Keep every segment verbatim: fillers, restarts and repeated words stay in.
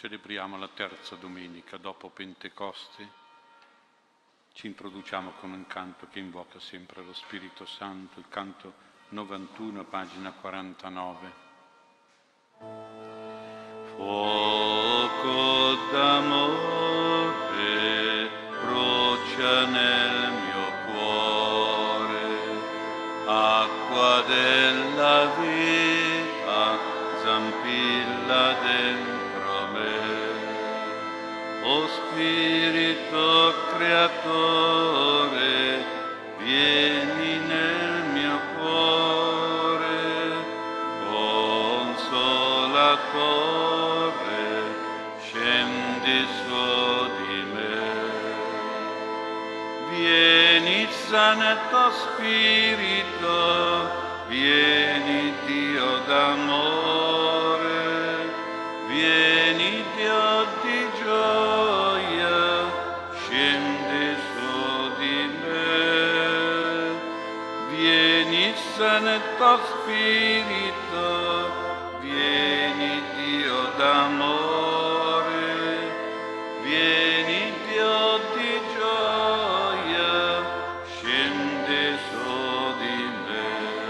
Celebriamo la terza domenica dopo Pentecoste. Ci introduciamo con un canto che invoca sempre lo Spirito Santo, il canto novantuno, pagina quarantanove. Fuoco d'amore brucia nel mio cuore, acqua della vita zampilla dentro me. O Spirito Creatore, vieni nel mio cuore, Consolatore, scendi su di me. Vieni Santo Spirito, vieni Dio d'amore, vieni Dio di gioia, scendi su di me. Vieni Santo Spirito, vieni Dio d'amore, vieni Dio di gioia, scendi su di me.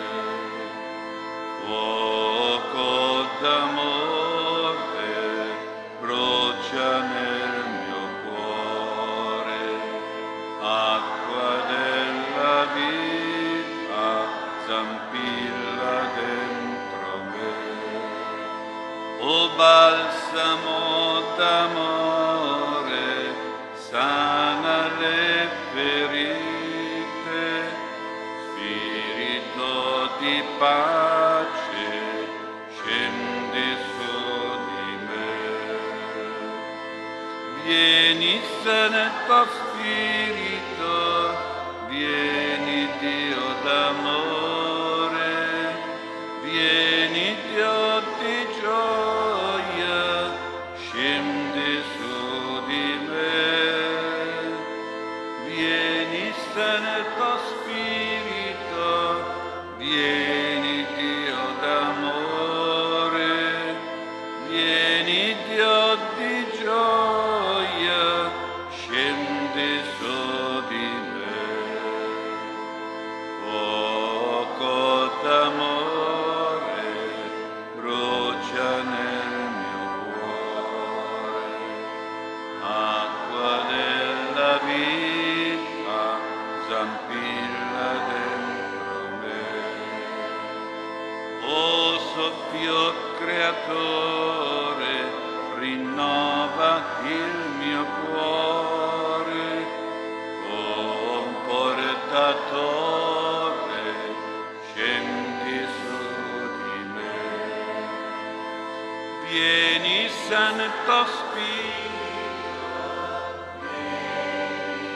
Fuoco d'amore brucia nel mio cuore, acqua della vita zampilla dentro me. O balsamo d'amore, sana le ferite, Spirito di pace, scendi su di me. Vieni Santo Spirito, vieni Dio d'amore, vieni Dio di gioia, scendi su di me. Vieni Santo Spirito, vieni Dio d'amore, vieni Dio di gioia, scendi su di me. Fuoco d'amore brucia nel mio cuore, acqua della vita zampilla dentro me. O soffio creatore, rinnova il mio cuore, confortatore, scendi su di me. Vieni Santo Spirito, vieni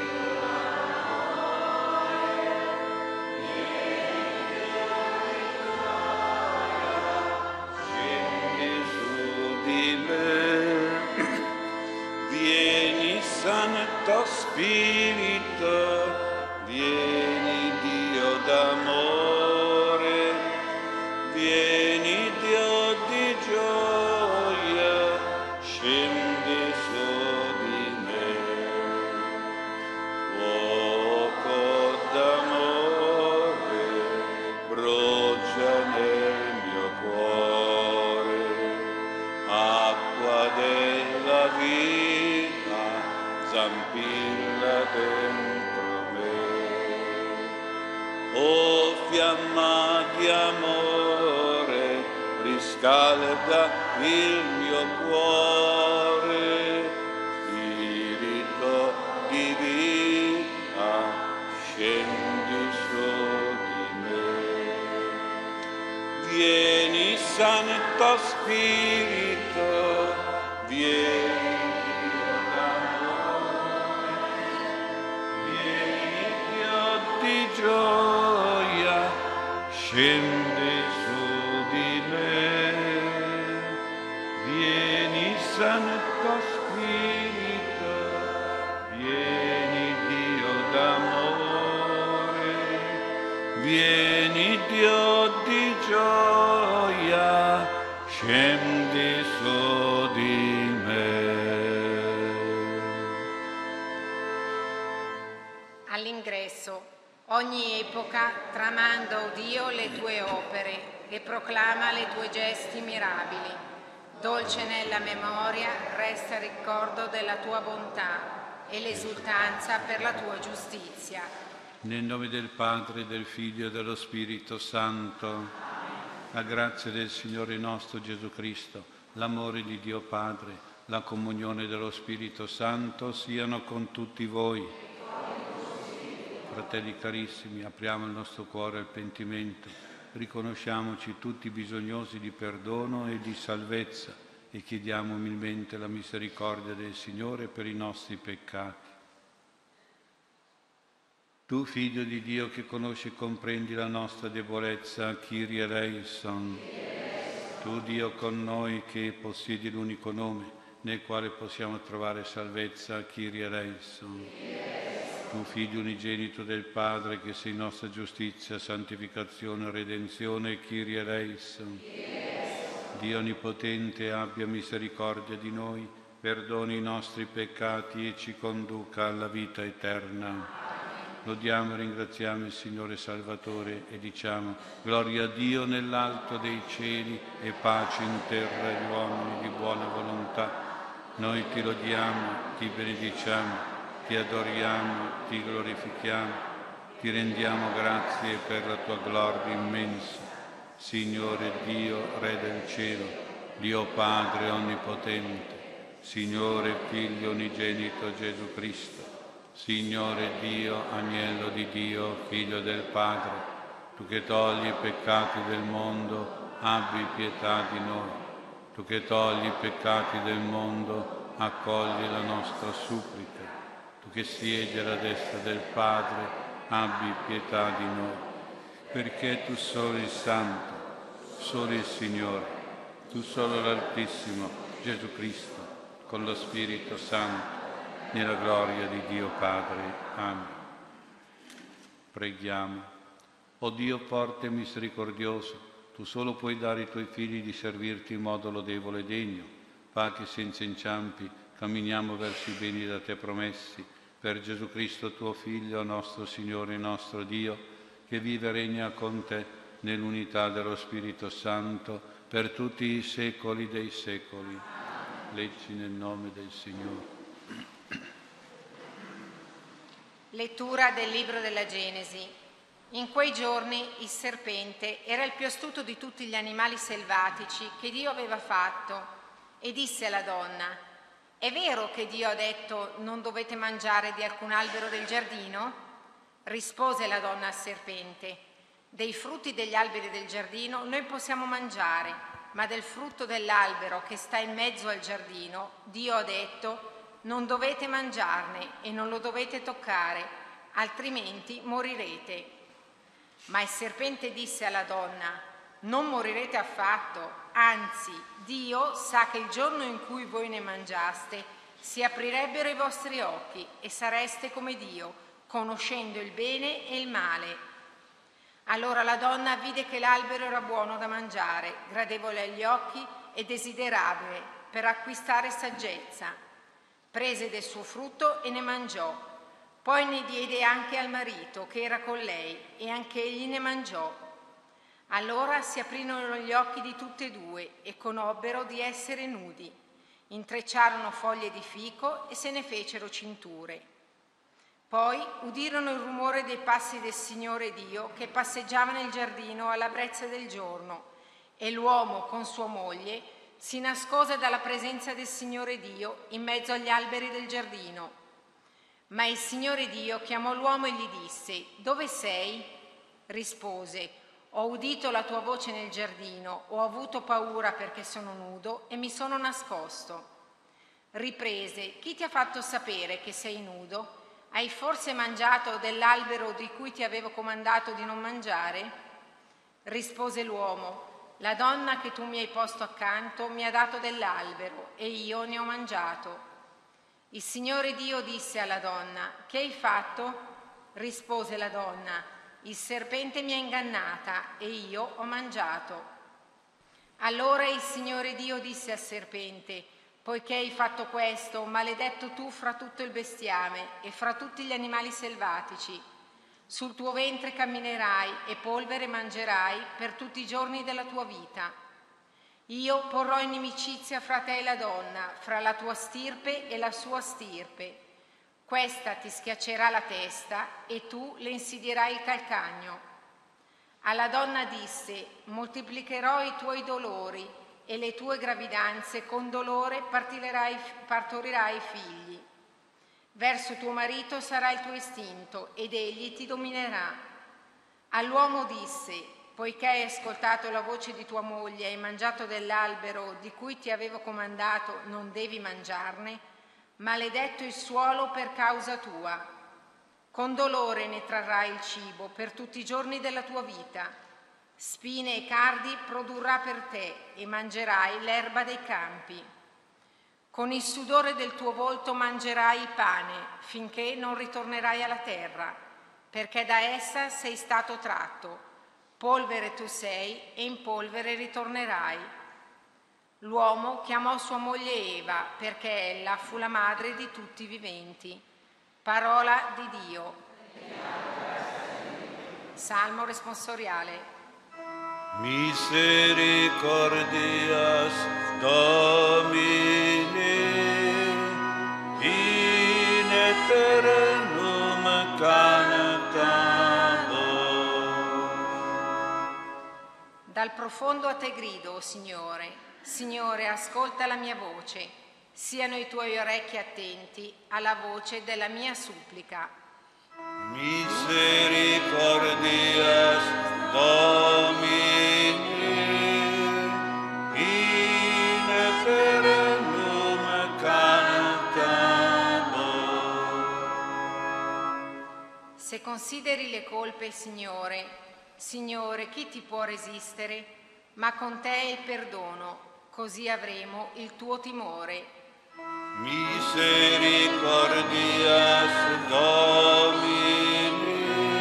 scendi su di me. Vieni Santo Spirito, vieni Dio d'amore, vieni Dio di gioia, scendi su di me. Fuoco d'amore brucia nel mio cuore, acqua della vita zampilla dentro me. O fiamma di amore, riscalda il mio cuore, Spirito di vita, scendi su di me. Vieni Santo Spirito, vieni Dio d'amore, vieni Dio di gioia, scendi su di me. Vieni Santo Spirito, vieni Dio d'amore, vieni Dio di gioia, scendi su di me. Ogni epoca tramanda, o Dio, le tue opere e proclama le tue gesti mirabili. Dolce nella memoria resta il ricordo della tua bontà e l'esultanza per la tua giustizia. Nel nome del Padre, del Figlio e dello Spirito Santo, la grazia del Signore nostro Gesù Cristo, l'amore di Dio Padre, la comunione dello Spirito Santo siano con tutti voi. Fratelli carissimi, apriamo il nostro cuore al pentimento, riconosciamoci tutti bisognosi di perdono e di salvezza e chiediamo umilmente la misericordia del Signore per i nostri peccati. Tu, Figlio di Dio, che conosci e comprendi la nostra debolezza, Kyrie eleison. Tu, Dio con noi, che possiedi l'unico nome nel quale possiamo trovare salvezza, Kyrie eleison. Tu, Figlio unigenito del Padre, che sei nostra giustizia, santificazione e redenzione, Kyrie eleison. Dio Onnipotente, abbia misericordia di noi, perdoni i nostri peccati e ci conduca alla vita eterna. Lodiamo e ringraziamo il Signore Salvatore e diciamo: gloria a Dio nell'alto dei cieli e pace in terra agli uomini di buona volontà. Noi ti lodiamo, ti benediciamo, ti adoriamo, ti glorifichiamo, ti rendiamo grazie per la tua gloria immensa. Signore Dio, Re del cielo, Dio Padre onnipotente, Signore Figlio unigenito Gesù Cristo, Signore Dio, Agnello di Dio, Figlio del Padre, tu che togli i peccati del mondo, abbi pietà di noi. Tu che togli i peccati del mondo, accogli la nostra supplica. Tu che siedi alla destra del Padre, abbi pietà di noi. Perché tu solo il Santo, solo il Signore, tu solo l'Altissimo, Gesù Cristo, con lo Spirito Santo, nella gloria di Dio Padre. Amen. Preghiamo. O Dio forte e misericordioso, tu solo puoi dare ai tuoi figli di servirti in modo lodevole e degno. Fa che senza inciampi camminiamo verso i beni da te promessi, per Gesù Cristo tuo Figlio, nostro Signore e nostro Dio, che vive e regna con te nell'unità dello Spirito Santo per tutti i secoli dei secoli. Leggi nel nome del Signore. Lettura del libro della Genesi. In quei giorni il serpente era il più astuto di tutti gli animali selvatici che Dio aveva fatto e disse alla donna: «È vero che Dio ha detto non dovete mangiare di alcun albero del giardino?» Rispose la donna al serpente: «Dei frutti degli alberi del giardino noi possiamo mangiare, ma del frutto dell'albero che sta in mezzo al giardino Dio ha detto: non dovete mangiarne e non lo dovete toccare, altrimenti morirete». Ma il serpente disse alla donna: «Non morirete affatto, anzi, Dio sa che il giorno in cui voi ne mangiaste si aprirebbero i vostri occhi e sareste come Dio, conoscendo il bene e il male». Allora la donna vide che l'albero era buono da mangiare, gradevole agli occhi e desiderabile per acquistare saggezza. Prese del suo frutto e ne mangiò. Poi ne diede anche al marito che era con lei e anche egli ne mangiò. Allora si aprirono gli occhi di tutte e due e conobbero di essere nudi. Intrecciarono foglie di fico e se ne fecero cinture. Poi udirono il rumore dei passi del Signore Dio che passeggiava nel giardino alla brezza del giorno, e l'uomo con sua moglie si nascose dalla presenza del Signore Dio in mezzo agli alberi del giardino. Ma il Signore Dio chiamò l'uomo e gli disse: «Dove sei?» Rispose: «Ho udito la tua voce nel giardino, ho avuto paura perché sono nudo e mi sono nascosto». Riprese: «Chi ti ha fatto sapere che sei nudo? Hai forse mangiato dell'albero di cui ti avevo comandato di non mangiare?» Rispose l'uomo: «La donna che tu mi hai posto accanto mi ha dato dell'albero e io ne ho mangiato». Il Signore Dio disse alla donna: «Che hai fatto?» Rispose la donna: «Il serpente mi ha ingannata e io ho mangiato». Allora il Signore Dio disse al serpente: «Poiché hai fatto questo, maledetto tu fra tutto il bestiame e fra tutti gli animali selvatici. Sul tuo ventre camminerai e polvere mangerai per tutti i giorni della tua vita. Io porrò inimicizia fra te e la donna, fra la tua stirpe e la sua stirpe. Questa ti schiaccerà la testa e tu le insidierai il calcagno. Alla donna disse: moltiplicherò i tuoi dolori e le tue gravidanze, con dolore partorirai figli. Verso tuo marito sarà il tuo istinto ed egli ti dominerà. All'uomo disse: poiché hai ascoltato la voce di tua moglie e hai mangiato dell'albero di cui ti avevo comandato non devi mangiarne, maledetto il suolo per causa tua. Con dolore ne trarrai il cibo per tutti i giorni della tua vita. Spine e cardi produrrà per te e mangerai l'erba dei campi. Con il sudore del tuo volto mangerai il pane finché non ritornerai alla terra, perché da essa sei stato tratto. Polvere tu sei e in polvere ritornerai. L'uomo chiamò sua moglie Eva perché ella fu la madre di tutti i viventi. Parola di Dio. Salmo responsoriale. Misericordias Domini in eternum cantamus. Dal profondo a te grido, o Signore. Signore, ascolta la mia voce. Siano i tuoi orecchi attenti alla voce della mia supplica. Misericordias Domini in eternum cantamus. Se consideri le colpe, Signore, Signore, chi ti può resistere? Ma con te è il perdono, così avremo il tuo timore. Misericordias Domini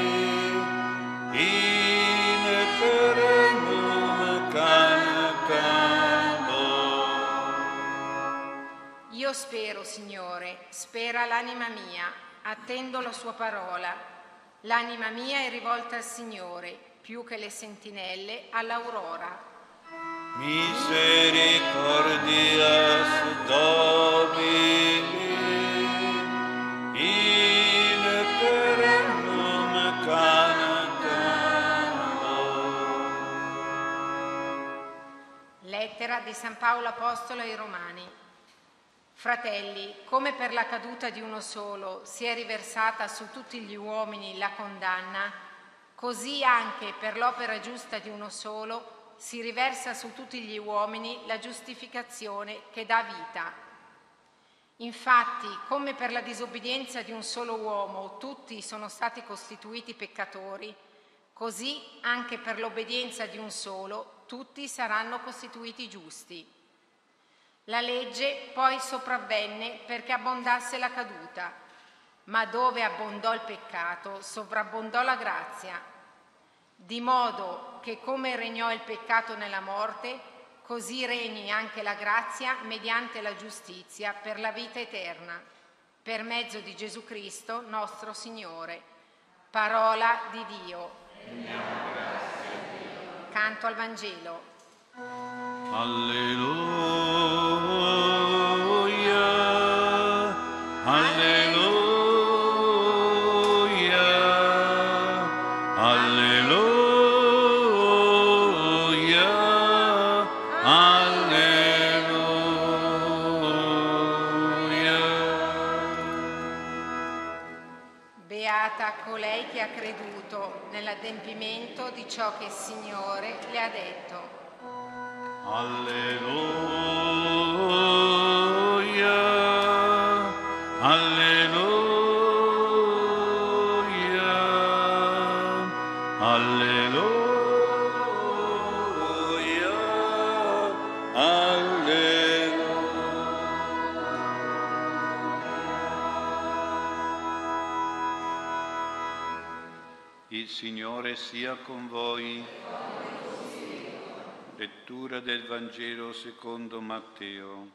in eternum cantamus. Io spero, Signore, spera l'anima mia, attendo la sua parola. L'anima mia è rivolta al Signore, più che le sentinelle all'aurora. Misericordias Domini in eternum cantamus. Lettera di San Paolo Apostolo ai Romani. Fratelli, come per la caduta di uno solo si è riversata su tutti gli uomini la condanna, così anche per l'opera giusta di uno solo si riversa su tutti gli uomini la giustificazione che dà vita. Infatti, come per la disobbedienza di un solo uomo tutti sono stati costituiti peccatori, così anche per l'obbedienza di un solo tutti saranno costituiti giusti. La legge poi sopravvenne perché abbondasse la caduta, ma dove abbondò il peccato, sovrabbondò la grazia. Di modo che come regnò il peccato nella morte, così regni anche la grazia mediante la giustizia per la vita eterna, per mezzo di Gesù Cristo nostro Signore. Parola di Dio. Canto al Vangelo. Alleluia, alleluia, alleluia, alleluia. Beata colei che ha creduto nell'adempimento di ciò che il Signore le ha detto. Alleluia, alleluia, alleluia, alleluia. Il Signore sia con voi. Lettura del Vangelo secondo Matteo.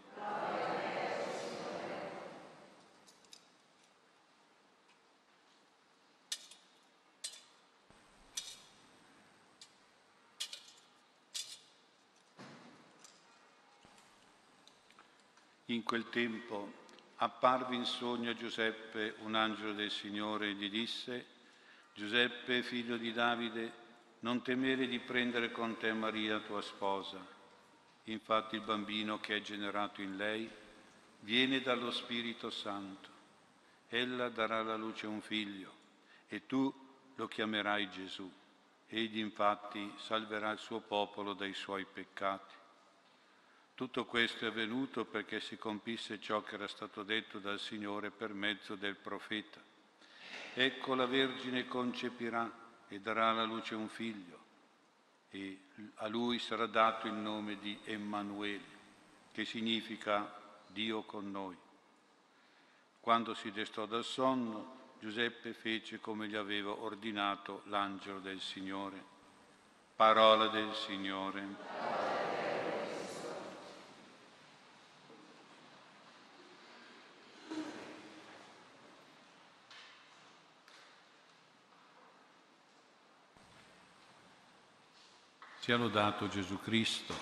In quel tempo apparve in sogno a Giuseppe un angelo del Signore e gli disse: Giuseppe, figlio di Davide, non temere di prendere con te Maria, tua sposa. Infatti il bambino che è generato in lei viene dallo Spirito Santo. Ella darà alla luce un figlio e tu lo chiamerai Gesù. Egli infatti salverà il suo popolo dai suoi peccati. Tutto questo è avvenuto perché si compisse ciò che era stato detto dal Signore per mezzo del profeta. Ecco, la Vergine concepirà e darà alla luce un figlio, e a lui sarà dato il nome di Emmanuele, che significa Dio con noi. Quando si destò dal sonno, Giuseppe fece come gli aveva ordinato l'angelo del Signore. Parola del Signore. Sia lodato Gesù Cristo.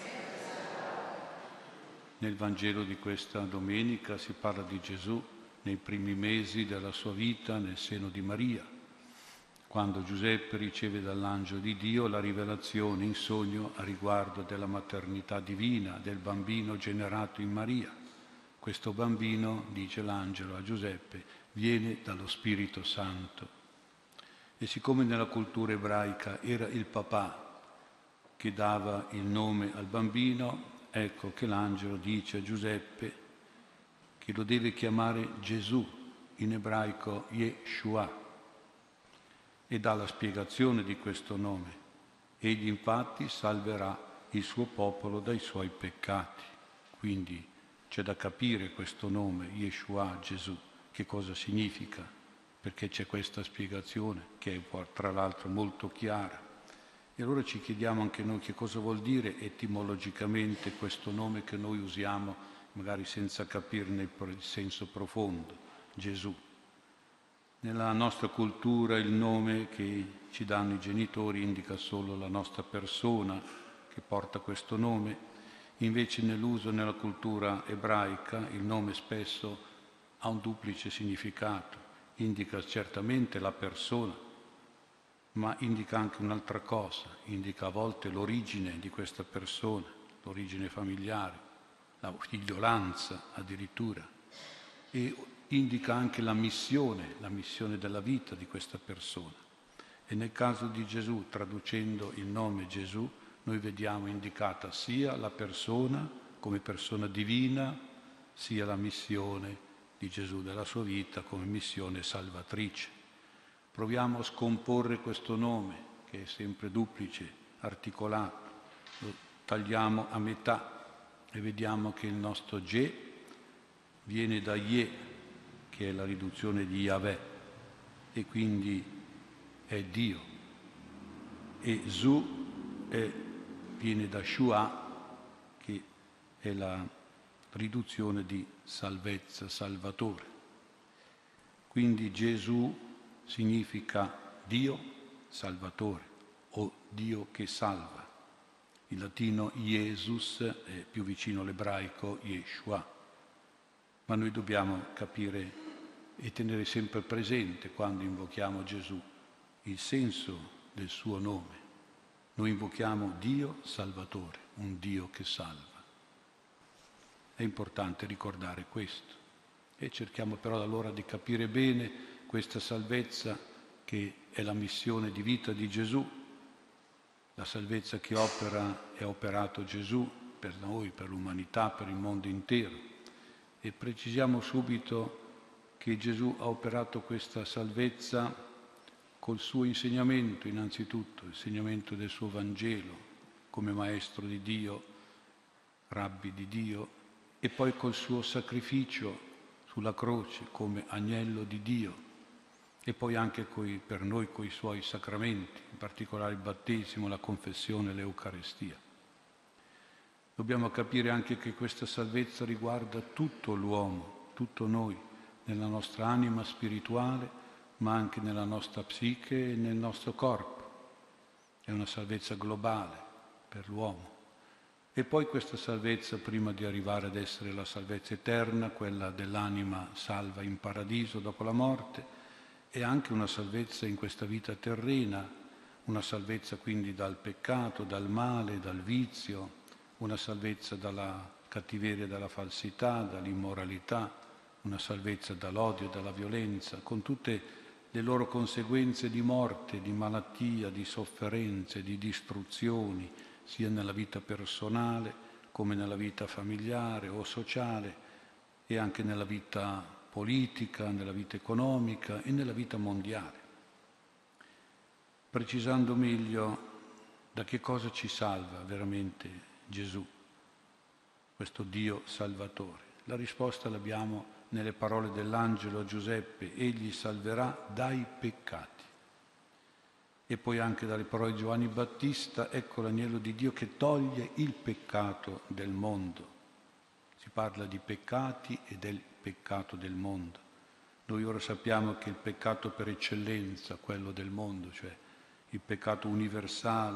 Nel Vangelo di questa domenica si parla di Gesù nei primi mesi della sua vita nel seno di Maria, quando Giuseppe riceve dall'angelo di Dio la rivelazione in sogno a riguardo della maternità divina, del bambino generato in Maria. Questo bambino, dice l'angelo a Giuseppe, viene dallo Spirito Santo. E siccome nella cultura ebraica era il papà che dava il nome al bambino, ecco che l'angelo dice a Giuseppe che lo deve chiamare Gesù, in ebraico Yeshua, e dà la spiegazione di questo nome. Egli infatti salverà il suo popolo dai suoi peccati. Quindi c'è da capire questo nome, Yeshua, Gesù, che cosa significa, perché c'è questa spiegazione che è tra l'altro molto chiara. E allora ci chiediamo anche noi che cosa vuol dire etimologicamente questo nome che noi usiamo, magari senza capirne il senso profondo, Gesù. Nella nostra cultura il nome che ci danno i genitori indica solo la nostra persona che porta questo nome, invece nell'uso nella cultura ebraica il nome spesso ha un duplice significato, indica certamente la persona, ma indica anche un'altra cosa, indica a volte l'origine di questa persona, l'origine familiare, la figliolanza addirittura, e indica anche la missione, la missione della vita di questa persona. E nel caso di Gesù, traducendo il nome Gesù, noi vediamo indicata sia la persona come persona divina, sia la missione di Gesù della sua vita come missione salvatrice. Proviamo a scomporre questo nome, che è sempre duplice, articolato, lo tagliamo a metà e vediamo che il nostro Ge viene da Ye, che è la riduzione di Yahweh, e quindi è Dio, e Zu è, viene da Shua, che è la riduzione di salvezza, salvatore. Quindi Gesù significa Dio salvatore o Dio che salva. Il latino Jesus è più vicino all'ebraico Yeshua. Ma noi dobbiamo capire e tenere sempre presente quando invochiamo Gesù il senso del suo nome. Noi invochiamo Dio salvatore, un Dio che salva. È importante ricordare questo e cerchiamo però allora di capire bene questa salvezza che è la missione di vita di Gesù, la salvezza che opera e ha operato Gesù per noi, per l'umanità, per il mondo intero. E precisiamo subito che Gesù ha operato questa salvezza col suo insegnamento innanzitutto, l'insegnamento del suo Vangelo come maestro di Dio, rabbi di Dio, e poi col suo sacrificio sulla croce come agnello di Dio, e poi anche coi, per noi coi suoi sacramenti, in particolare il battesimo, la confessione e l'Eucaristia. Dobbiamo capire anche che questa salvezza riguarda tutto l'uomo, tutto noi, nella nostra anima spirituale, ma anche nella nostra psiche e nel nostro corpo. È una salvezza globale per l'uomo. E poi questa salvezza, prima di arrivare ad essere la salvezza eterna, quella dell'anima salva in paradiso dopo la morte, è anche una salvezza in questa vita terrena, una salvezza quindi dal peccato, dal male, dal vizio, una salvezza dalla cattiveria, dalla falsità, dall'immoralità, una salvezza dall'odio, dalla violenza, con tutte le loro conseguenze di morte, di malattia, di sofferenze, di distruzioni, sia nella vita personale come nella vita familiare o sociale e anche nella vita politica, nella vita economica e nella vita mondiale. Precisando meglio da che cosa ci salva veramente Gesù, questo Dio Salvatore. La risposta l'abbiamo nelle parole dell'angelo a Giuseppe: egli salverà dai peccati. E poi anche dalle parole di Giovanni Battista: ecco l'agnello di Dio che toglie il peccato del mondo. Si parla di peccati e del peccato del mondo. Noi ora sappiamo che il peccato per eccellenza, quello del mondo, cioè il peccato universale,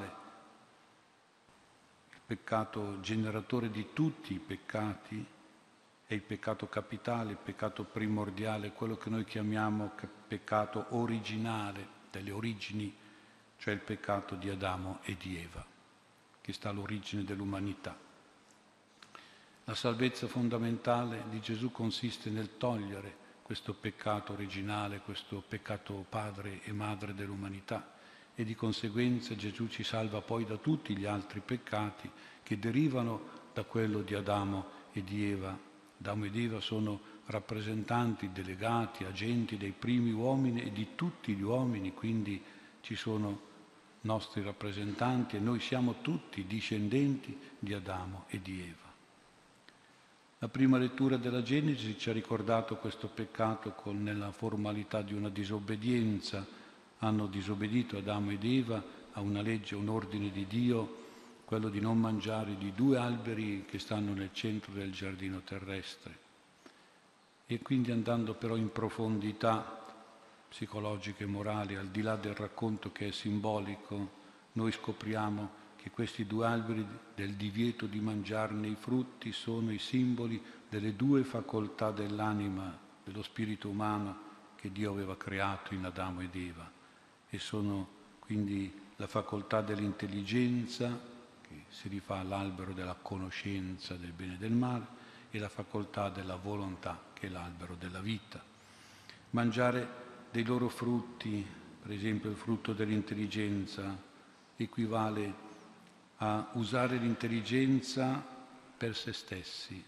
il peccato generatore di tutti i peccati, è il peccato capitale, il peccato primordiale, quello che noi chiamiamo peccato originale, delle origini, cioè il peccato di Adamo e di Eva, che sta all'origine dell'umanità. La salvezza fondamentale di Gesù consiste nel togliere questo peccato originale, questo peccato padre e madre dell'umanità, e di conseguenza Gesù ci salva poi da tutti gli altri peccati che derivano da quello di Adamo e di Eva. Adamo ed Eva sono rappresentanti, delegati, agenti dei primi uomini e di tutti gli uomini, quindi ci sono nostri rappresentanti e noi siamo tutti discendenti di Adamo e di Eva. La prima lettura della Genesi ci ha ricordato questo peccato con, nella formalità di una disobbedienza. Hanno disobbedito Adamo ed Eva a una legge, a un ordine di Dio, quello di non mangiare di due alberi che stanno nel centro del giardino terrestre. E quindi, andando però in profondità psicologiche e morali, al di là del racconto che è simbolico, noi scopriamo che questi due alberi del divieto di mangiarne i frutti sono i simboli delle due facoltà dell'anima, dello spirito umano che Dio aveva creato in Adamo ed Eva, e sono quindi la facoltà dell'intelligenza, che si rifà all'albero della conoscenza del bene e del male, e la facoltà della volontà, che è l'albero della vita. Mangiare dei loro frutti, per esempio il frutto dell'intelligenza, equivale a usare l'intelligenza per se stessi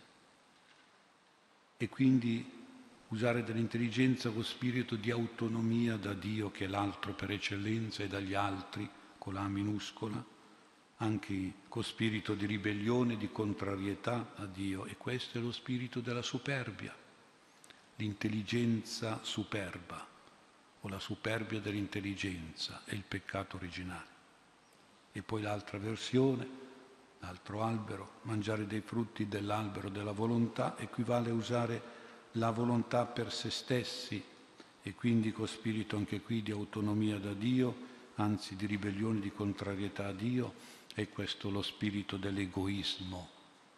e quindi usare dell'intelligenza con spirito di autonomia da Dio, che è l'altro per eccellenza, e dagli altri, con la minuscola, anche con spirito di ribellione, di contrarietà a Dio, e questo è lo spirito della superbia, l'intelligenza superba, o la superbia dell'intelligenza, è il peccato originale. E poi l'altra versione, l'altro albero, mangiare dei frutti dell'albero della volontà, equivale a usare la volontà per se stessi e quindi con spirito anche qui di autonomia da Dio, anzi di ribellione, di contrarietà a Dio, è questo lo spirito dell'egoismo.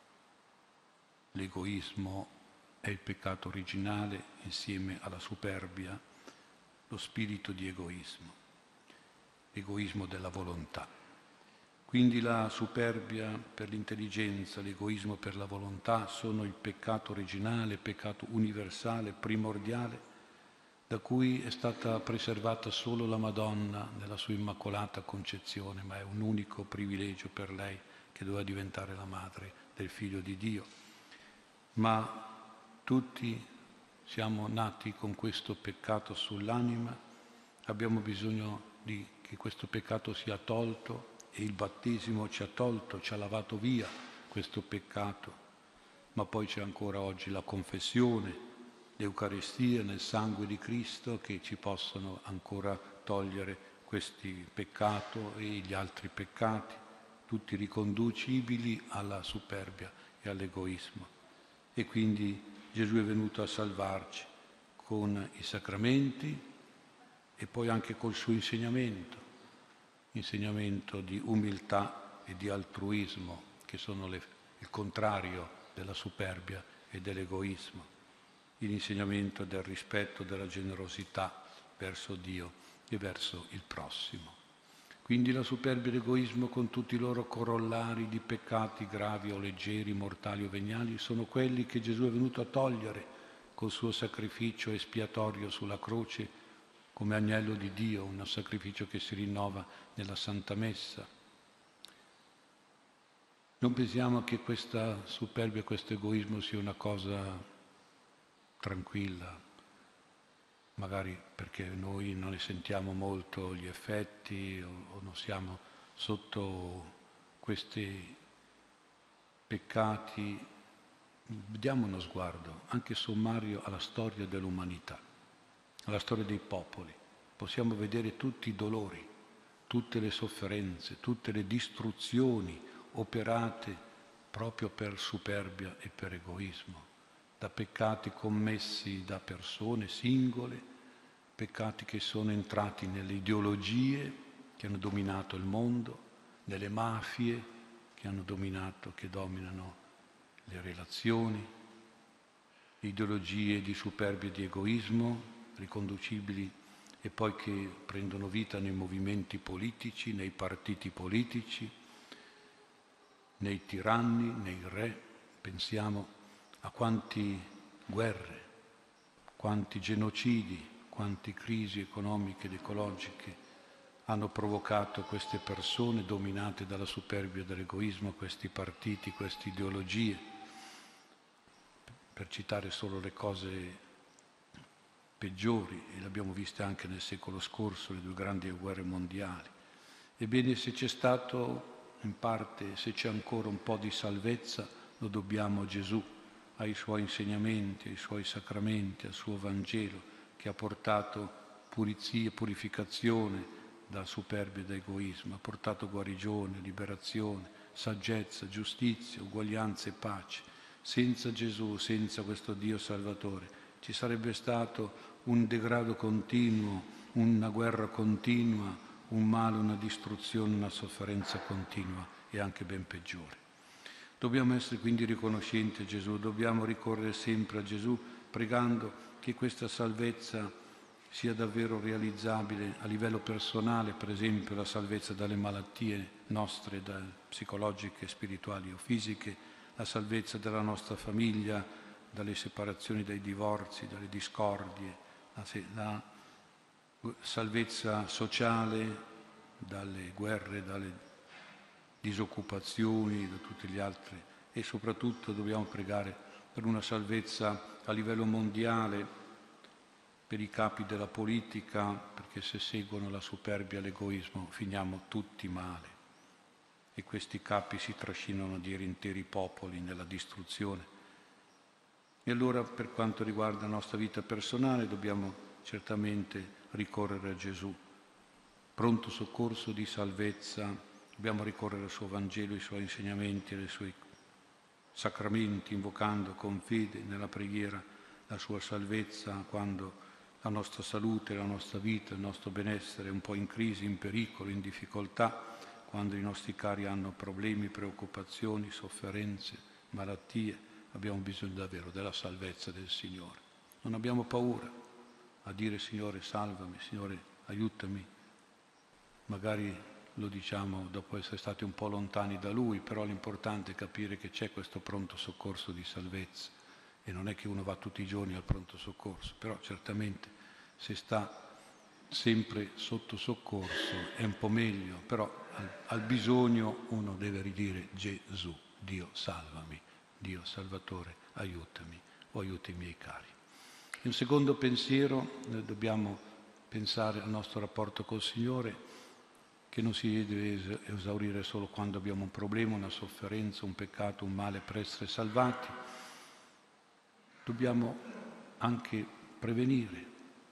L'egoismo è il peccato originale insieme alla superbia, lo spirito di egoismo, l'egoismo della volontà. Quindi la superbia per l'intelligenza, l'egoismo per la volontà sono il peccato originale, il peccato universale, primordiale, da cui è stata preservata solo la Madonna nella sua immacolata concezione, ma è un unico privilegio per lei che doveva diventare la madre del Figlio di Dio. Ma tutti siamo nati con questo peccato sull'anima, abbiamo bisogno di, che questo peccato sia tolto, e il battesimo ci ha tolto, ci ha lavato via questo peccato, ma poi c'è ancora oggi la confessione, l'Eucaristia nel sangue di Cristo, che ci possono ancora togliere questi peccato e gli altri peccati, tutti riconducibili alla superbia e all'egoismo. E quindi Gesù è venuto a salvarci con i sacramenti e poi anche col suo insegnamento, insegnamento di umiltà e di altruismo, che sono le, il contrario della superbia e dell'egoismo, l'insegnamento del rispetto, della generosità verso Dio e verso il prossimo. Quindi la superbia e l'egoismo, con tutti i loro corollari di peccati gravi o leggeri, mortali o veniali, sono quelli che Gesù è venuto a togliere col suo sacrificio espiatorio sulla croce come agnello di Dio, un sacrificio che si rinnova nella Santa Messa. Non pensiamo che questa superbia, questo egoismo sia una cosa tranquilla, magari perché noi non ne sentiamo molto gli effetti o, o non siamo sotto questi peccati. Diamo uno sguardo anche sommario alla storia dell'umanità, alla storia dei popoli. Possiamo vedere tutti i dolori, tutte le sofferenze, tutte le distruzioni operate proprio per superbia e per egoismo, da peccati commessi da persone singole, peccati che sono entrati nelle ideologie che hanno dominato il mondo, nelle mafie che hanno dominato, che dominano le relazioni, ideologie di superbia e di egoismo riconducibili e poi che prendono vita nei movimenti politici, nei partiti politici, nei tiranni, nei re. Pensiamo a quanti guerre, quanti genocidi, quante crisi economiche ed ecologiche hanno provocato queste persone dominate dalla superbia e dall'egoismo, questi partiti, queste ideologie, per citare solo le cose peggiori, e le abbiamo viste anche nel secolo scorso, le due grandi guerre mondiali. Ebbene, se c'è stato in parte, se c'è ancora un po' di salvezza, lo dobbiamo a Gesù, ai suoi insegnamenti, ai suoi sacramenti, al suo Vangelo, che ha portato pulizia, purificazione da superbia e da egoismo, ha portato guarigione, liberazione, saggezza, giustizia, uguaglianza e pace. Senza Gesù, senza questo Dio Salvatore, ci sarebbe stato un degrado continuo, una guerra continua, un male, una distruzione, una sofferenza continua e anche ben peggiore. Dobbiamo essere quindi riconoscenti a Gesù, dobbiamo ricorrere sempre a Gesù, pregando che questa salvezza sia davvero realizzabile a livello personale, per esempio la salvezza dalle malattie nostre, da psicologiche, spirituali o fisiche, la salvezza della nostra famiglia, dalle separazioni, dai divorzi, dalle discordie, la, la salvezza sociale dalle guerre, dalle disoccupazioni, da tutti gli altri, e soprattutto dobbiamo pregare per una salvezza a livello mondiale, per i capi della politica, perché se seguono la superbia e l'egoismo finiamo tutti male. E questi capi si trascinano dietro interi popoli nella distruzione. E allora, per quanto riguarda la nostra vita personale, dobbiamo certamente ricorrere a Gesù. Pronto soccorso di salvezza, dobbiamo ricorrere al suo Vangelo, ai suoi insegnamenti, ai suoi sacramenti, invocando con fede nella preghiera la sua salvezza quando la nostra salute, la nostra vita, il nostro benessere è un po' in crisi, in pericolo, in difficoltà, quando i nostri cari hanno problemi, preoccupazioni, sofferenze, malattie, abbiamo bisogno davvero della salvezza del Signore. Non abbiamo paura a dire Signore salvami, Signore aiutami. Magari lo diciamo dopo essere stati un po' lontani da Lui, però l'importante è capire che c'è questo pronto soccorso di salvezza e non è che uno va tutti i giorni al pronto soccorso, però certamente se sta sempre sotto soccorso è un po' meglio, però al, al bisogno uno deve ridire Gesù, Dio salvami, Dio Salvatore aiutami o aiuti i miei cari. In un secondo pensiero noi dobbiamo pensare al nostro rapporto col Signore, che non si deve esaurire solo quando abbiamo un problema, una sofferenza, un peccato, un male per essere salvati. Dobbiamo anche prevenire.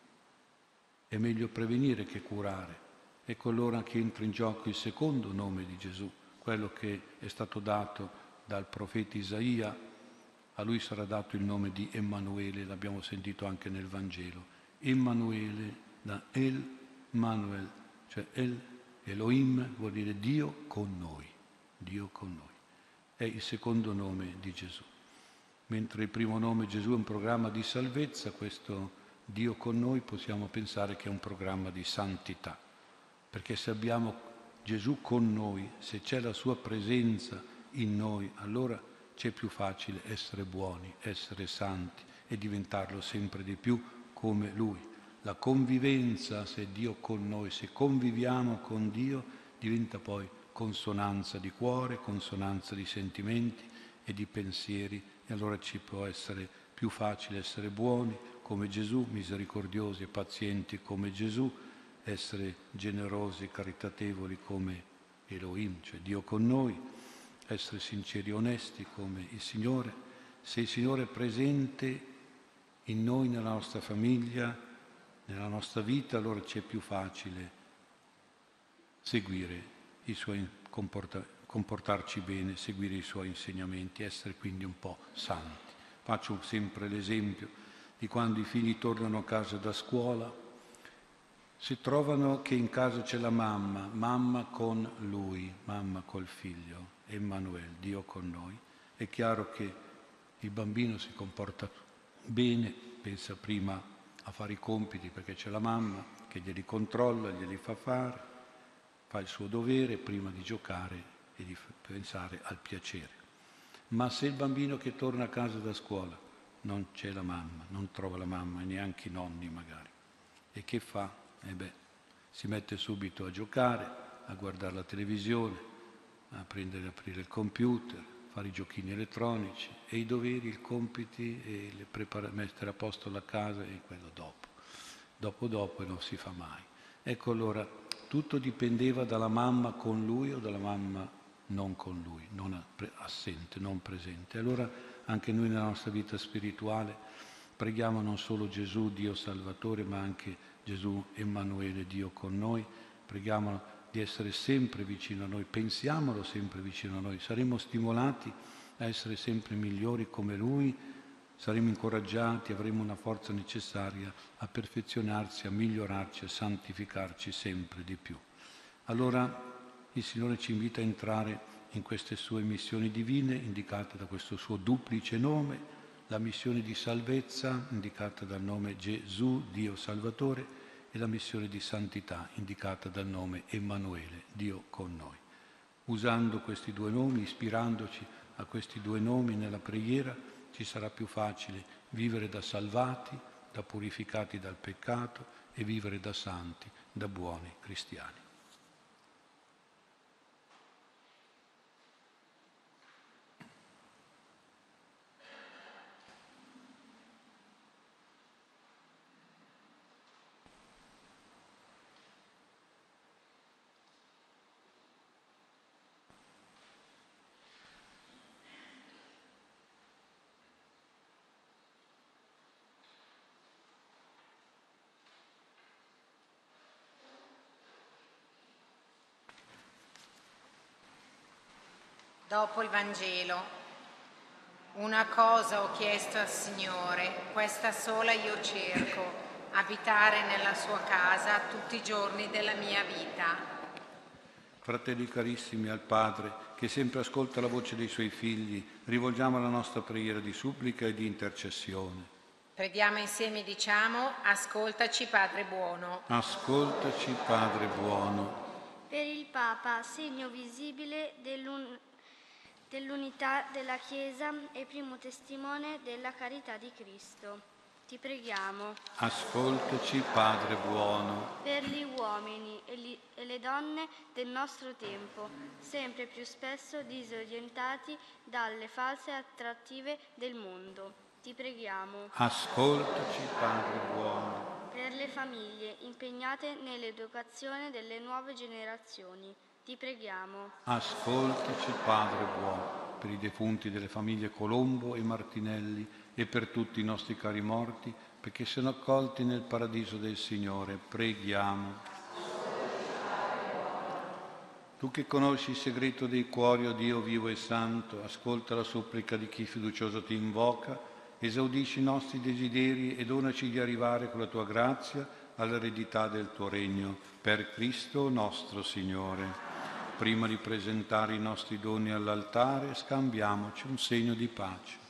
È meglio prevenire che curare. Ecco allora che entra in gioco il secondo nome di Gesù, quello che è stato dato dal profeta Isaia. A lui sarà dato il nome di Emanuele, l'abbiamo sentito anche nel Vangelo. Emanuele, da El Manuel, cioè El Elohim vuol dire Dio con noi, Dio con noi. è il secondo nome di Gesù. Mentre il primo nome Gesù è un programma di salvezza, questo Dio con noi possiamo pensare che è un programma di santità, perché se abbiamo Gesù con noi, se c'è la sua presenza in noi, allora c'è più facile essere buoni, essere santi e diventarlo sempre di più come Lui. La convivenza, se Dio con noi, se conviviamo con Dio, diventa poi consonanza di cuore, consonanza di sentimenti e di pensieri, e allora ci può essere più facile essere buoni come Gesù, misericordiosi e pazienti come Gesù, essere generosi e caritatevoli come Elohim, cioè Dio con noi, essere sinceri e onesti come il Signore. Se il Signore è presente in noi, nella nostra famiglia, nella nostra vita, allora ci è più facile seguire i suoi comportamenti, comportarci bene, seguire i suoi insegnamenti, essere quindi un po' santi. Faccio sempre l'esempio di quando i figli tornano a casa da scuola, si trovano che in casa c'è la mamma, mamma con lui, mamma col figlio, Emanuele, Dio con noi. È chiaro che il bambino si comporta bene, pensa prima a fare i compiti perché c'è la mamma che glieli controlla, glieli fa fare, fa il suo dovere prima di giocare e di pensare al piacere. Ma se il bambino che torna a casa da scuola non c'è la mamma, non trova la mamma e neanche i nonni magari, e che fa? Eh beh, si mette subito a giocare, a guardare la televisione, a prendere e aprire il computer, fare i giochini elettronici e i doveri, i compiti e le prepara- mettere a posto la casa e quello dopo. Dopo dopo e non si fa mai. Ecco allora, tutto dipendeva dalla mamma con lui o dalla mamma non con lui, non assente, non presente. Allora anche noi nella nostra vita spirituale preghiamo non solo Gesù, Dio Salvatore, ma anche Gesù, Emanuele, Dio con noi. Preghiamo di essere sempre vicino a noi, pensiamolo sempre vicino a noi. Saremo stimolati a essere sempre migliori come Lui, saremo incoraggiati, avremo una forza necessaria a perfezionarsi, a migliorarci, a santificarci sempre di più. Allora il Signore ci invita a entrare in queste sue missioni divine, indicate da questo suo duplice nome, la missione di salvezza, indicata dal nome Gesù, Dio Salvatore, e la missione di santità, indicata dal nome Emanuele, Dio con noi. Usando questi due nomi, ispirandoci a questi due nomi nella preghiera, ci sarà più facile vivere da salvati, da purificati dal peccato e vivere da santi, da buoni cristiani. Dopo il Vangelo, una cosa ho chiesto al Signore, questa sola io cerco, abitare nella sua casa tutti i giorni della mia vita. Fratelli carissimi, al Padre, che sempre ascolta la voce dei Suoi figli, rivolgiamo la nostra preghiera di supplica e di intercessione. Preghiamo insieme, diciamo, ascoltaci Padre buono. Ascoltaci Padre buono. Per il Papa, segno visibile dell'un- dell'unità della Chiesa e primo testimone della carità di Cristo. Ti preghiamo. Ascoltaci Padre buono. Per gli uomini e, li- e le donne del nostro tempo, sempre più spesso disorientati dalle false attrattive del mondo. Ti preghiamo. Ascoltaci Padre buono. Per le famiglie impegnate nell'educazione delle nuove generazioni. Ti preghiamo. Ascoltaci Padre buono, per i defunti delle famiglie Colombo e Martinelli e per tutti i nostri cari morti, perché siano accolti nel paradiso del Signore. Preghiamo. Tu che conosci il segreto dei cuori, o Dio vivo e santo, ascolta la supplica di chi fiducioso ti invoca, esaudisci i nostri desideri e donaci di arrivare con la tua grazia all'eredità del tuo regno. Per Cristo nostro Signore. Prima di presentare i nostri doni all'altare, scambiamoci un segno di pace.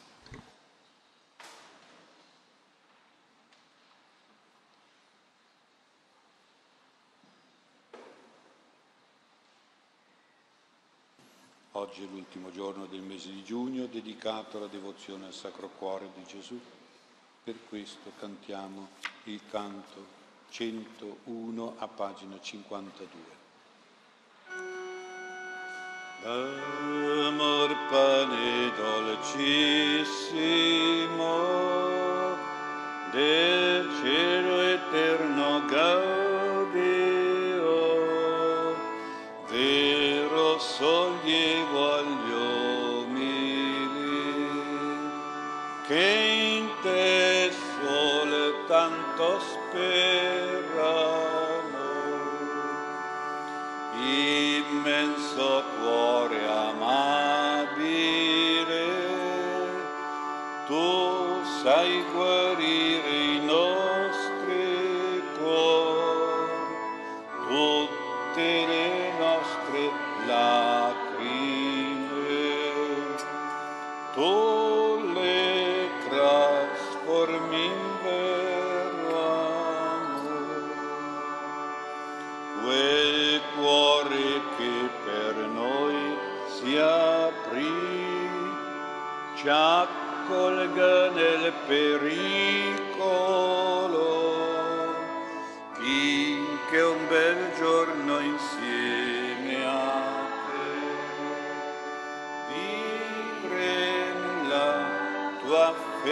Oggi è l'ultimo giorno del mese di giugno dedicato alla devozione al Sacro Cuore di Gesù. Per questo cantiamo il canto centouno a pagina cinquantadue. Amor pane dolcissimo del cielo eterno gaudio, vero sollievo agli umili, che in te sole tanto sperano, immenso cuore amabile, tu sai guarire i nostri cuori, tutte le nostre lacrime, tu le trasformi in vero amore. Quel cuore che per noi si aprì, ci accolga nel pericolo, finché un bel giorno insieme a te vivremo la tua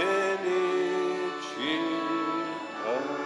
felicità.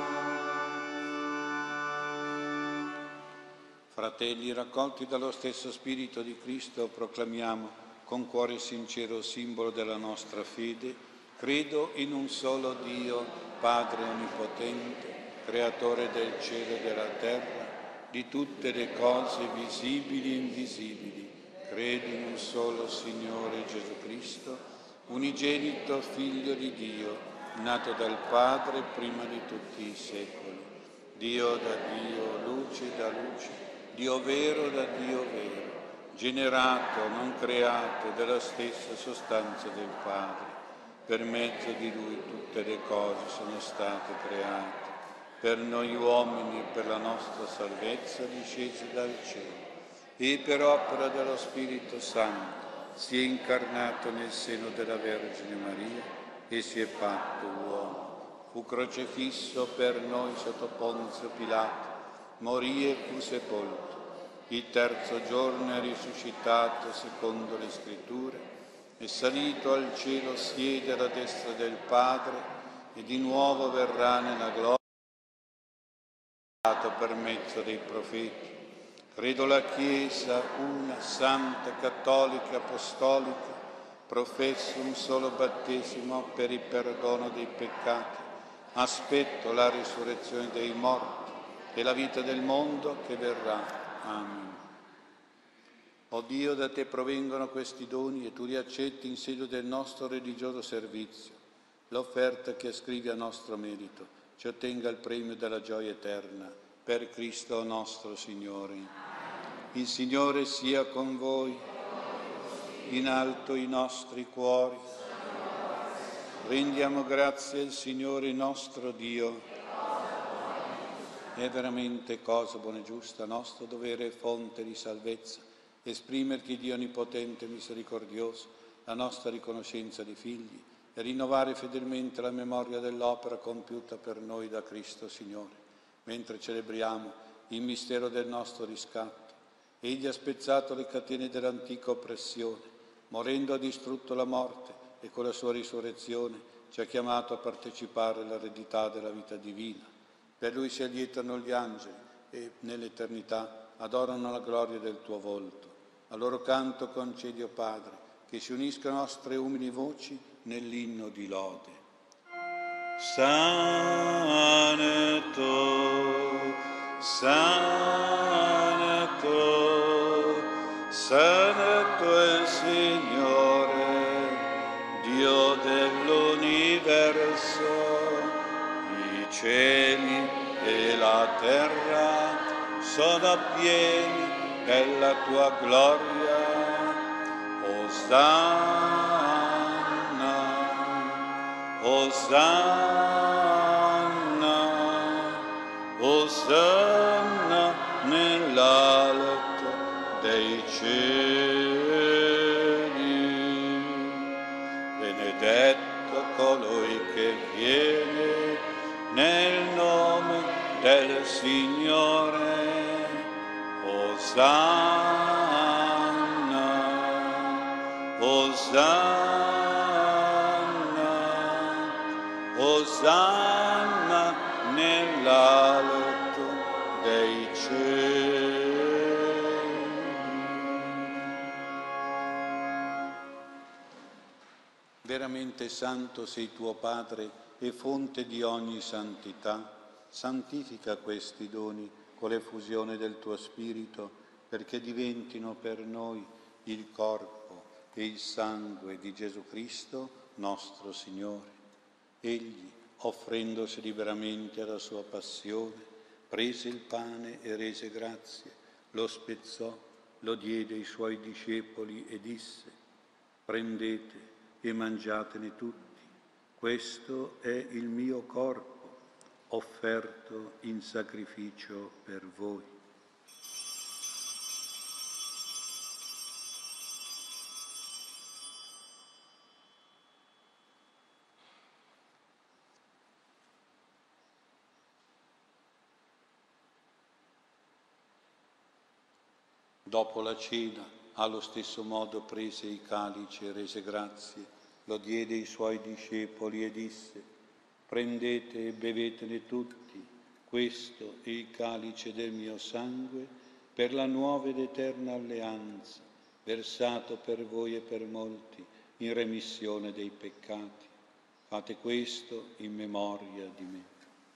Fratelli, raccolti dallo stesso Spirito di Cristo, proclamiamo con cuore sincero, simbolo della nostra fede: credo in un solo Dio, Padre Onnipotente, Creatore del cielo e della terra, di tutte le cose visibili e invisibili. Credo in un solo Signore Gesù Cristo, unigenito Figlio di Dio, nato dal Padre prima di tutti i secoli. Dio da Dio, luce da luce, Dio vero da Dio vero, generato, non creato, della stessa sostanza del Padre. Per mezzo di Lui tutte le cose sono state create. Per noi uomini e per la nostra salvezza discese dal cielo, e per opera dello Spirito Santo si è incarnato nel seno della Vergine Maria e si è fatto uomo. Fu crocefisso per noi sotto Ponzio Pilato, morì e fu sepolto. Il terzo giorno è risuscitato secondo le Scritture, è salito al cielo, siede alla destra del Padre e di nuovo verrà nella gloria per mezzo dei profeti. Credo la Chiesa, una, santa, cattolica, apostolica, professo un solo battesimo per il perdono dei peccati, aspetto la risurrezione dei morti e la vita del mondo che verrà. Amen. O Dio, da te provengono questi doni e tu li accetti in segno del nostro religioso servizio. L'offerta che ascrivi a nostro merito ci ottenga il premio della gioia eterna. Per Cristo nostro Signore. Il Signore sia con voi. In alto i nostri cuori. Rendiamo grazie al Signore nostro Dio. È veramente cosa buona e giusta, nostro dovere e fonte di salvezza, esprimerti, Dio onnipotente e misericordioso, la nostra riconoscenza di figli e rinnovare fedelmente la memoria dell'opera compiuta per noi da Cristo Signore, mentre celebriamo il mistero del nostro riscatto. Egli ha spezzato le catene dell'antica oppressione, morendo ha distrutto la morte e con la sua risurrezione ci ha chiamato a partecipare all'eredità della vita divina. Per Lui si allietano gli angeli e nell'eternità adorano la gloria del tuo volto. A loro canto concedi, o Padre, che si uniscano nostre umili voci nell'inno di lode. Santo, Santo, Santo è il Signore, Dio dell'universo. I cieli e la terra sono pieni della tua gloria. Osanna, Osanna, Osanna nell'alto dei cieli. Benedetto colui che viene nel nome del Signore. Osanna, Osanna, Osanna nell'alto dei cieli. Veramente santo sei tuo Padre e fonte di ogni santità. Santifica questi doni con l'effusione del tuo Spirito, perché diventino per noi il corpo e il sangue di Gesù Cristo, nostro Signore. Egli, offrendosi liberamente alla sua passione, prese il pane e rese grazie, lo spezzò, lo diede ai suoi discepoli e disse: prendete e mangiatene tutti, questo è il mio corpo, offerto in sacrificio per voi. Dopo la cena, allo stesso modo prese il calice e rese grazie, lo diede ai suoi discepoli e disse: prendete e bevetene tutti, questo è il calice del mio sangue per la nuova ed eterna alleanza, versato per voi e per molti in remissione dei peccati. Fate questo in memoria di me.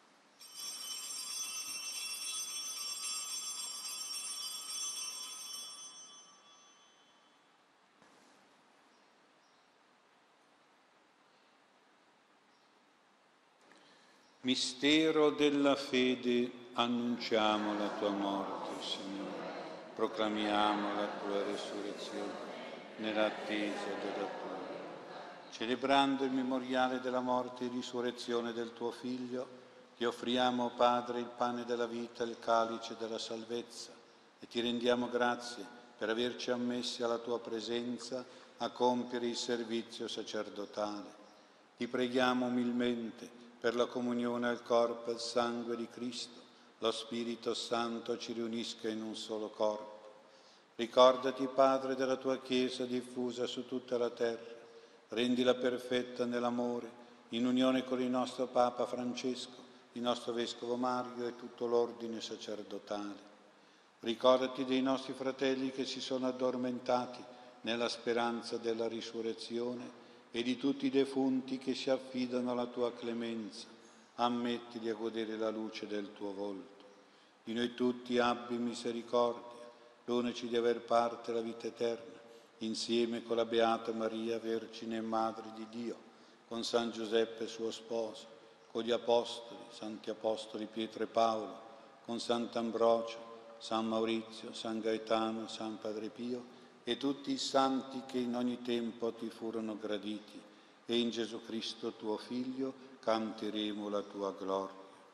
Mistero della fede, annunciamo la tua morte, Signore, proclamiamo la tua resurrezione nell'attesa della tua. Celebrando il memoriale della morte e risurrezione del tuo Figlio, ti offriamo, Padre, il pane della vita e il calice della salvezza e ti rendiamo grazie per averci ammessi alla tua presenza a compiere il servizio sacerdotale. Ti preghiamo umilmente per la comunione al corpo e al sangue di Cristo, lo Spirito Santo ci riunisca in un solo corpo. Ricordati, Padre, della tua Chiesa diffusa su tutta la terra, rendila perfetta nell'amore, in unione con il nostro Papa Francesco, il nostro Vescovo Mario e tutto l'ordine sacerdotale. Ricordati dei nostri fratelli che si sono addormentati nella speranza della risurrezione e di tutti i defunti che si affidano alla tua clemenza. Ammettili a godere la luce del tuo volto. Di noi tutti abbi misericordia, donaci di aver parte la vita eterna, insieme con la Beata Maria, Vergine e Madre di Dio, con San Giuseppe suo sposo, con gli Apostoli, Santi Apostoli Pietro e Paolo, con Sant'Ambrogio, San Maurizio, San Gaetano, San Padre Pio, e tutti i santi che in ogni tempo ti furono graditi, e in Gesù Cristo tuo Figlio canteremo la tua gloria.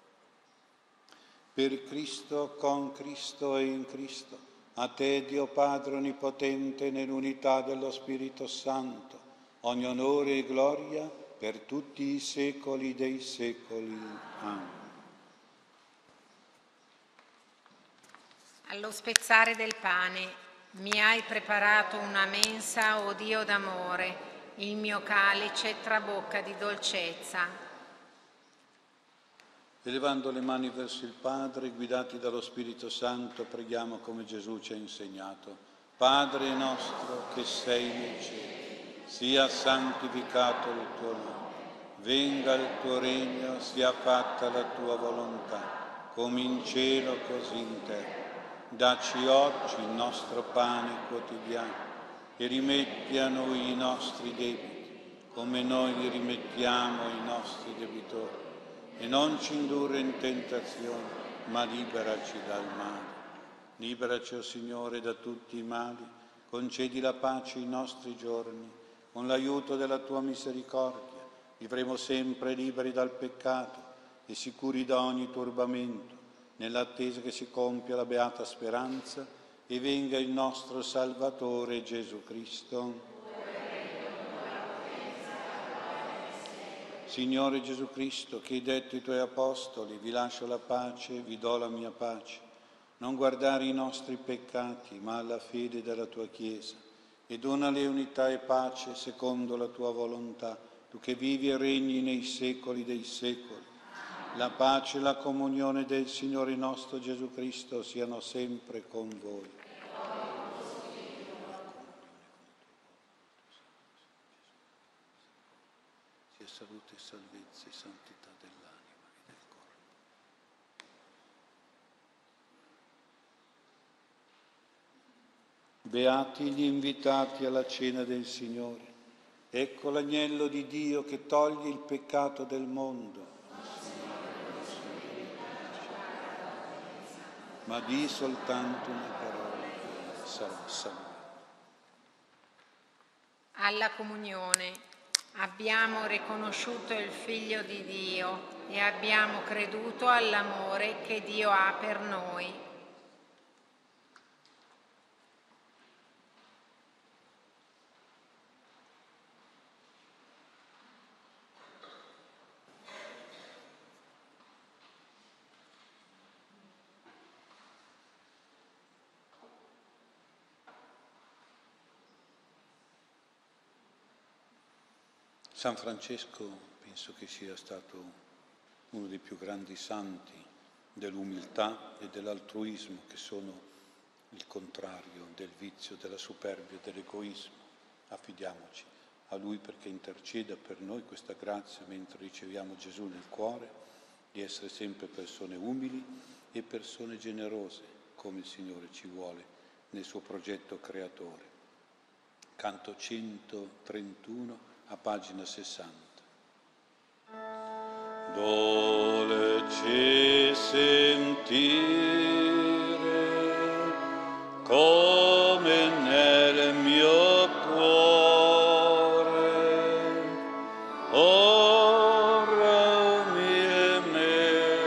Per Cristo, con Cristo e in Cristo, a te, Dio Padre Onnipotente, nell'unità dello Spirito Santo, ogni onore e gloria per tutti i secoli dei secoli. Amen. Allo spezzare del pane, mi hai preparato una mensa, o Dio d'amore, il mio calice trabocca di dolcezza. Elevando le mani verso il Padre, guidati dallo Spirito Santo, preghiamo come Gesù ci ha insegnato. Padre nostro che sei nei cieli, sia santificato il tuo nome. Venga il tuo regno, sia fatta la tua volontà, come in cielo così in terra. Dacci oggi il nostro pane quotidiano e rimetti a noi i nostri debiti, come noi li rimettiamo ai nostri debitori. E non ci indurre in tentazione, ma liberaci dal male. Liberaci, o Signore, da tutti i mali, concedi la pace ai nostri giorni, con l'aiuto della tua misericordia, vivremo sempre liberi dal peccato e sicuri da ogni turbamento, nell'attesa che si compia la beata speranza e venga il nostro Salvatore Gesù Cristo. Signore Gesù Cristo, che hai detto ai tuoi apostoli, vi lascio la pace, vi do la mia pace. Non guardare i nostri peccati, ma alla fede della tua Chiesa, e donale unità e pace secondo la tua volontà, tu che vivi e regni nei secoli dei secoli. La pace e la comunione del Signore nostro Gesù Cristo siano sempre con voi. Sia salute, salvezza e santità dell'anima e del corpo. Beati gli invitati alla cena del Signore. Ecco l'agnello di Dio che toglie il peccato del mondo. Ma di soltanto una parola e sarà salvato. Alla comunione abbiamo riconosciuto il Figlio di Dio e abbiamo creduto all'amore che Dio ha per noi. San Francesco penso che sia stato uno dei più grandi santi dell'umiltà e dell'altruismo, che sono il contrario del vizio, della superbia e dell'egoismo. Affidiamoci a Lui perché interceda per noi questa grazia mentre riceviamo Gesù nel cuore, di essere sempre persone umili e persone generose, come il Signore ci vuole nel suo progetto creatore. Canto centotrentuno, a pagina sessanta. Dolce sentire come nel mio cuore ora umile me.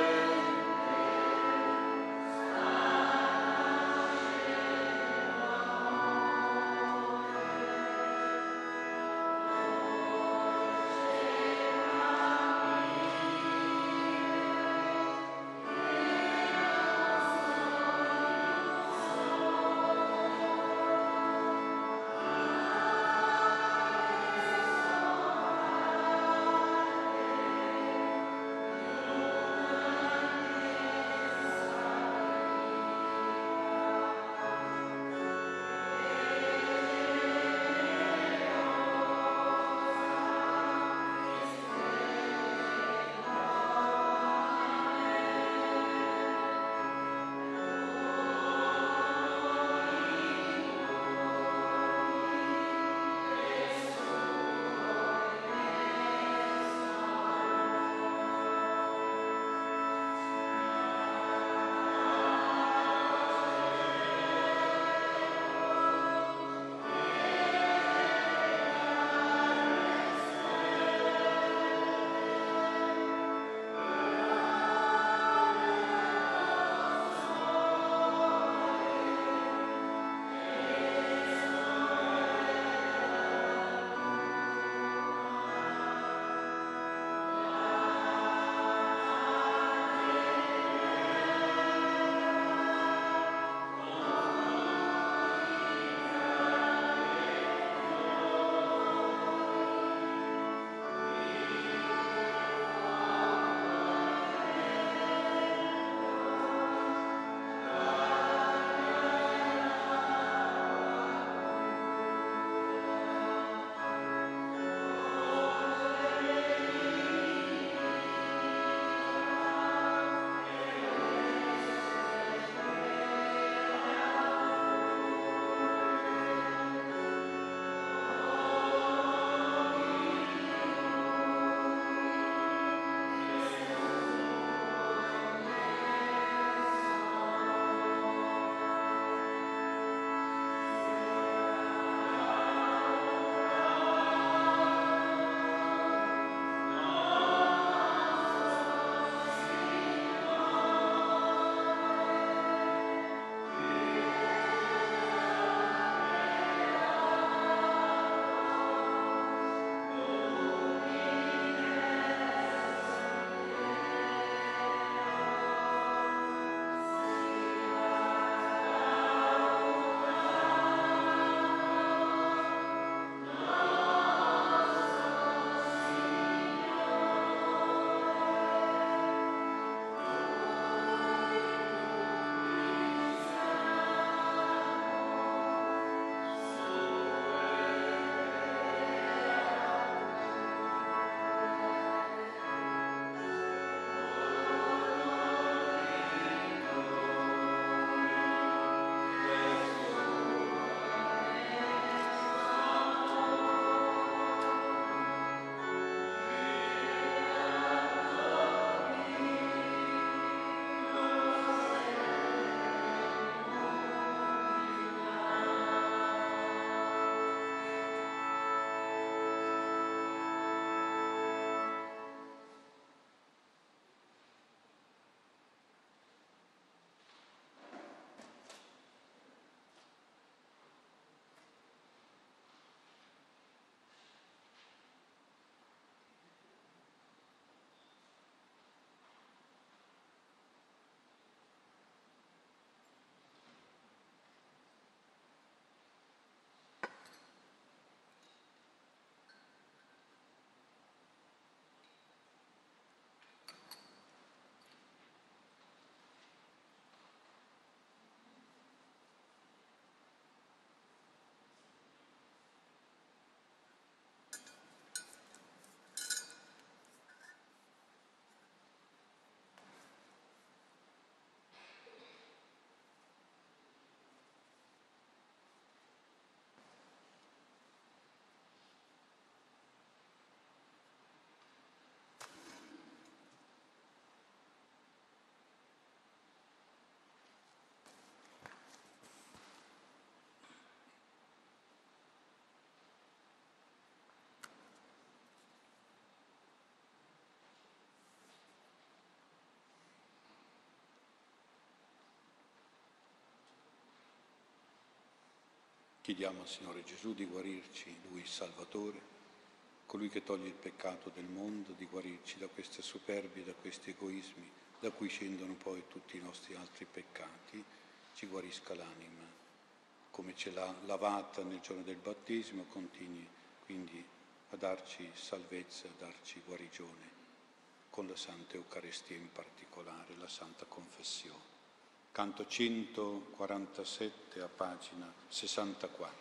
Chiediamo al Signore Gesù di guarirci, Lui il Salvatore, colui che toglie il peccato del mondo, di guarirci da queste superbie, da questi egoismi, da cui scendono poi tutti i nostri altri peccati, ci guarisca l'anima. Come ce l'ha lavata nel giorno del battesimo, continui quindi a darci salvezza, a darci guarigione, con la Santa Eucaristia in particolare, la Santa Confessione. Canto centoquarantasette a pagina sessantaquattro.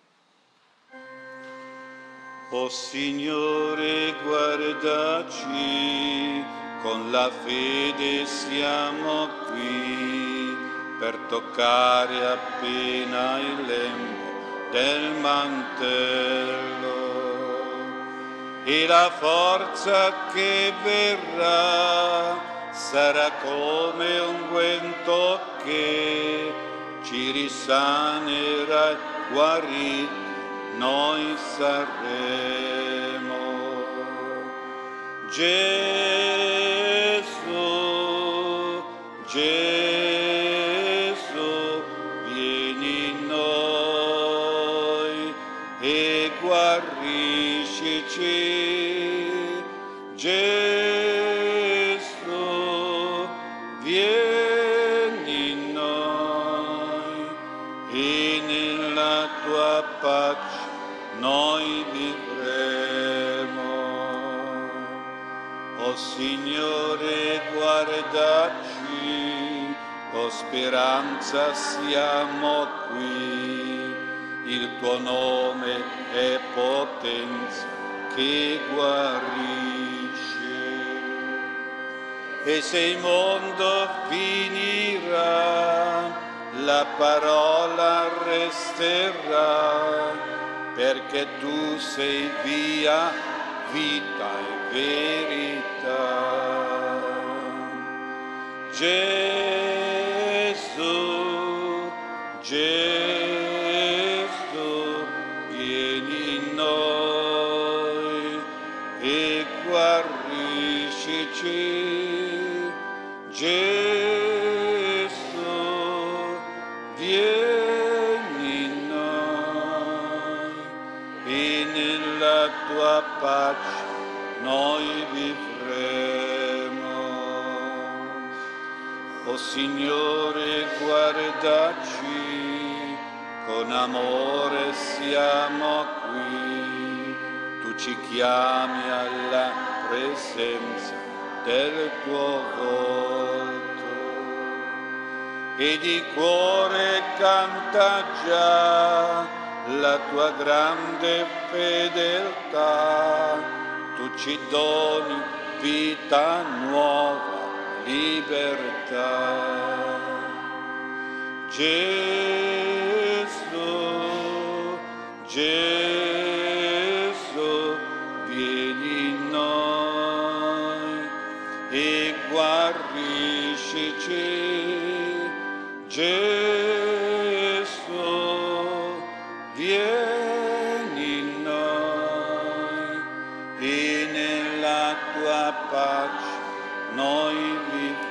O Signore, guardaci, con la fede siamo qui, per toccare appena il lembo del mantello, e la forza che verrà sarà come unguento che ci risanerà, guarì noi saremo. Gesù, Gesù, vieni in noi e guariscici. Gesù, vieni in noi e nella tua pace noi vivremo. O Signore, guardaci, o speranza siamo qui, il tuo nome è potenza che guarisce. E se il mondo finirà, la parola resterà, perché tu sei via, vita e verità. Gesù, Gesù, vieni in noi e guariscici. Gesù, vieni in noi e nella tua pace noi vivremo. O Signore, guardaci, con amore siamo qui, tu ci chiami alla presenza del tuo volto, e di cuore canta già la tua grande fedeltà. Tu ci doni vita nuova, libertà. Gesù, Gesù, vieni in noi e guariscici. Gesù, vieni in noi e nella tua pace noi vivremo.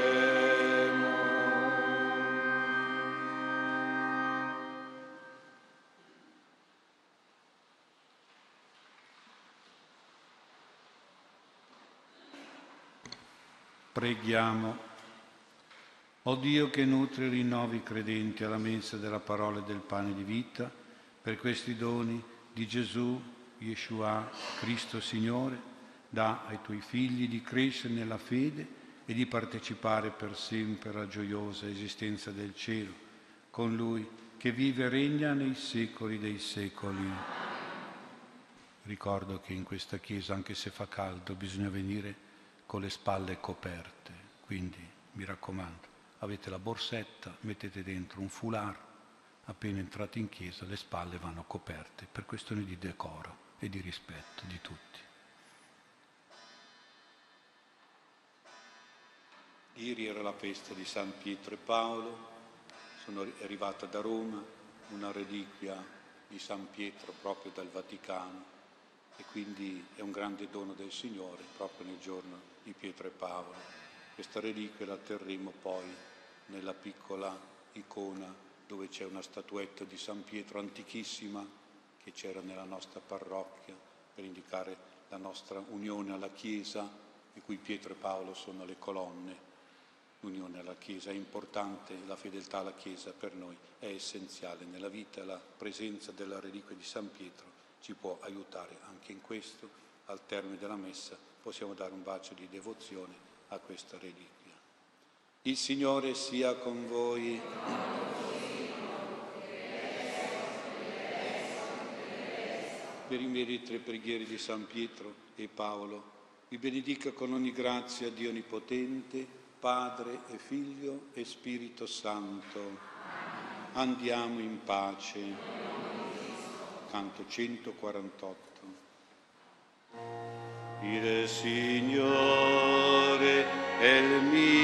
Preghiamo. O Dio che nutri e rinnovi i credenti alla mensa della parola e del pane di vita, per questi doni di Gesù, Yeshua, Cristo Signore, dà ai tuoi figli di crescere nella fede e di partecipare per sempre alla gioiosa esistenza del cielo, con Lui che vive e regna nei secoli dei secoli. Ricordo che in questa chiesa, anche se fa caldo, bisogna venire con le spalle coperte, quindi mi raccomando, avete la borsetta, mettete dentro un foulard, appena entrate in chiesa le spalle vanno coperte, per questione di decoro e di rispetto di tutti. Ieri era la festa di San Pietro e Paolo, sono arrivata da Roma una reliquia di San Pietro proprio dal Vaticano e quindi è un grande dono del Signore proprio nel giorno di Pietro e Paolo. Questa reliquia la terremo poi nella piccola icona dove c'è una statuetta di San Pietro antichissima che c'era nella nostra parrocchia per indicare la nostra unione alla Chiesa, di cui Pietro e Paolo sono le colonne. L'unione alla Chiesa è importante, la fedeltà alla Chiesa per noi è essenziale nella vita. La presenza della reliquia di San Pietro ci può aiutare anche in questo. Al termine della messa possiamo dare un bacio di devozione a questa reliquia. Il Signore sia con voi. Per i meriti e preghiere di San Pietro e Paolo, vi benedica con ogni grazia Dio Onnipotente, Padre e Figlio e Spirito Santo. Andiamo in pace. Canto centoquarantotto. Il Signore è il mio